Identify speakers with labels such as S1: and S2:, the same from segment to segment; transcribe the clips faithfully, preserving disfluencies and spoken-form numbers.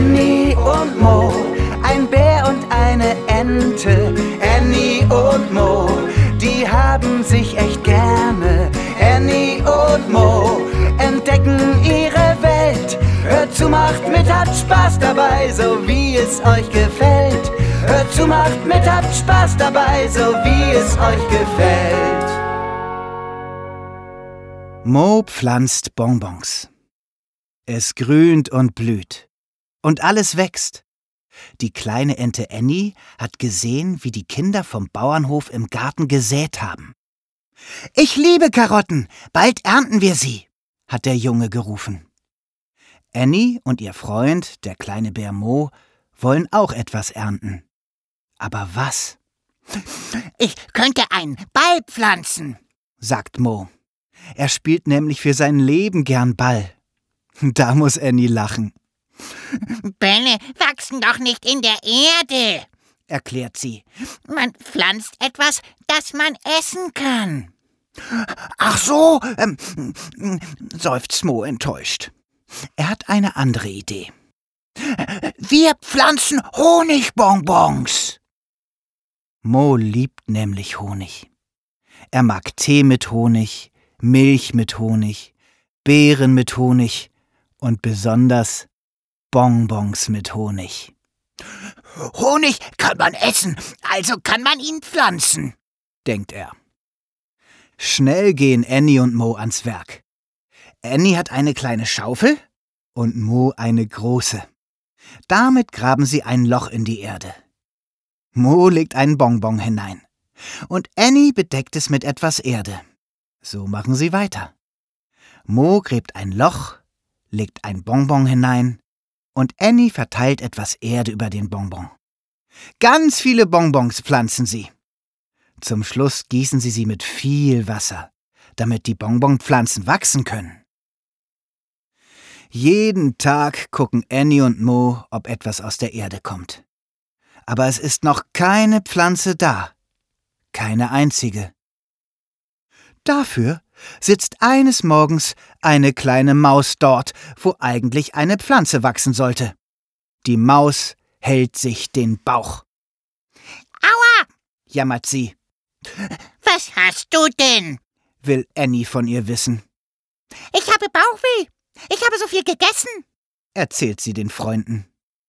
S1: Annie und Mo, ein Bär und eine Ente. Annie und Mo, die haben sich echt gerne. Annie und Mo entdecken ihre Welt. Hört zu, macht mit, habt Spaß dabei, so wie es euch gefällt. Hört zu, macht mit, habt Spaß dabei, so wie es euch gefällt.
S2: Mo pflanzt Bonbons. Es grünt und blüht. Und alles wächst. Die kleine Ente Annie hat gesehen, wie die Kinder vom Bauernhof im Garten gesät haben. »Ich liebe Karotten, bald ernten wir sie«, hat der Junge gerufen. Annie und ihr Freund, der kleine Bär Mo, wollen auch etwas ernten. Aber was?
S3: »Ich könnte einen Ball pflanzen«,
S2: sagt Mo. Er spielt nämlich für sein Leben gern Ball. Da muss Annie lachen.
S3: »Bälle wachsen doch nicht in der Erde«,
S2: erklärt sie.
S3: »Man pflanzt etwas, das man essen kann.«
S2: »Ach so«, ähm, seufzt Mo enttäuscht. Er hat eine andere Idee. »Wir pflanzen Honigbonbons.« Mo liebt nämlich Honig. Er mag Tee mit Honig, Milch mit Honig, Beeren mit Honig und besonders Bonbons mit Honig.
S3: »Honig kann man essen, also kann man ihn pflanzen«,
S2: denkt er. Schnell gehen Annie und Mo ans Werk. Annie hat eine kleine Schaufel und Mo eine große. Damit graben sie ein Loch in die Erde. Mo legt einen Bonbon hinein und Annie bedeckt es mit etwas Erde. So machen sie weiter. Mo gräbt ein Loch, legt ein Bonbon hinein und Annie verteilt etwas Erde über den Bonbon. Ganz viele Bonbons pflanzen sie. Zum Schluss gießen sie sie mit viel Wasser, damit die Bonbonpflanzen wachsen können. Jeden Tag gucken Annie und Mo, ob etwas aus der Erde kommt. Aber es ist noch keine Pflanze da. Keine einzige. Dafür sitzt eines Morgens eine kleine Maus dort, wo eigentlich eine Pflanze wachsen sollte. Die Maus hält sich den Bauch.
S3: »Aua«,
S2: jammert sie.
S3: »Was hast du denn?«,
S2: will Annie von ihr wissen.
S3: »Ich habe Bauchweh. Ich habe so viel gegessen«,
S2: erzählt sie den Freunden.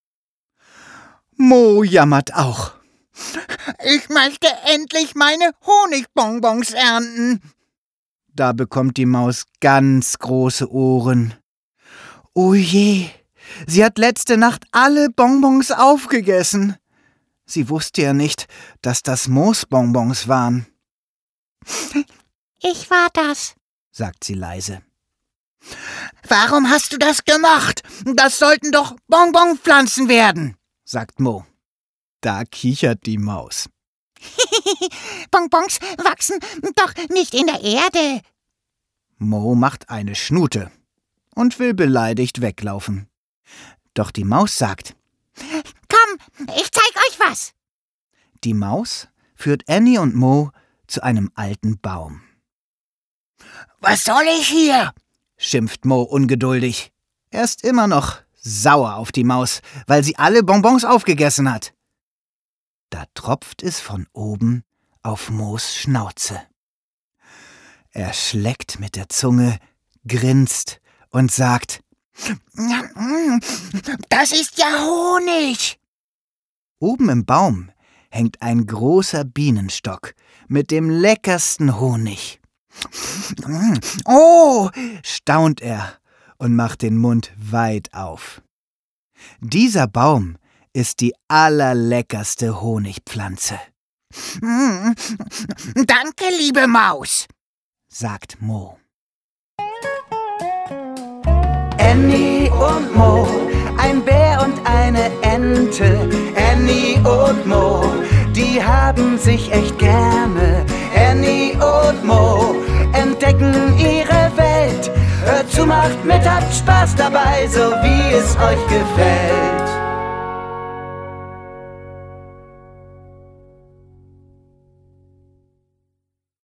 S2: Mo jammert auch.
S3: »Ich möchte endlich meine Honigbonbons ernten.«
S2: Da bekommt die Maus ganz große Ohren. Oh je, sie hat letzte Nacht alle Bonbons aufgegessen. Sie wusste ja nicht, dass das Moosbonbons waren.
S3: »Ich war das«,
S2: sagt sie leise.
S3: »Warum hast du das gemacht? Das sollten doch Bonbonpflanzen werden«,
S2: sagt Mo. Da kichert die Maus.
S3: »Bonbons wachsen doch nicht in der Erde.«
S2: Mo macht eine Schnute und will beleidigt weglaufen. Doch die Maus sagt:
S3: »Komm, ich zeig euch was.«
S2: Die Maus führt Annie und Mo zu einem alten Baum.
S3: »Was soll ich hier?«,
S2: schimpft Mo ungeduldig. Er ist immer noch sauer auf die Maus, weil sie alle Bonbons aufgegessen hat. Da tropft es von oben auf Moos Schnauze. Er schleckt mit der Zunge, grinst und sagt:
S3: »Das ist ja Honig!«
S2: Oben im Baum hängt ein großer Bienenstock mit dem leckersten Honig. »Oh«, staunt er und macht den Mund weit auf. Dieser Baum ist die allerleckerste Honigpflanze.
S3: »Danke, liebe Maus«,
S2: sagt Mo.
S1: Annie und Mo, ein Bär und eine Ente. Annie und Mo, die haben sich echt gerne. Annie und Mo entdecken ihre Welt. Hört zu, macht mit, habt Spaß dabei, so wie es euch gefällt.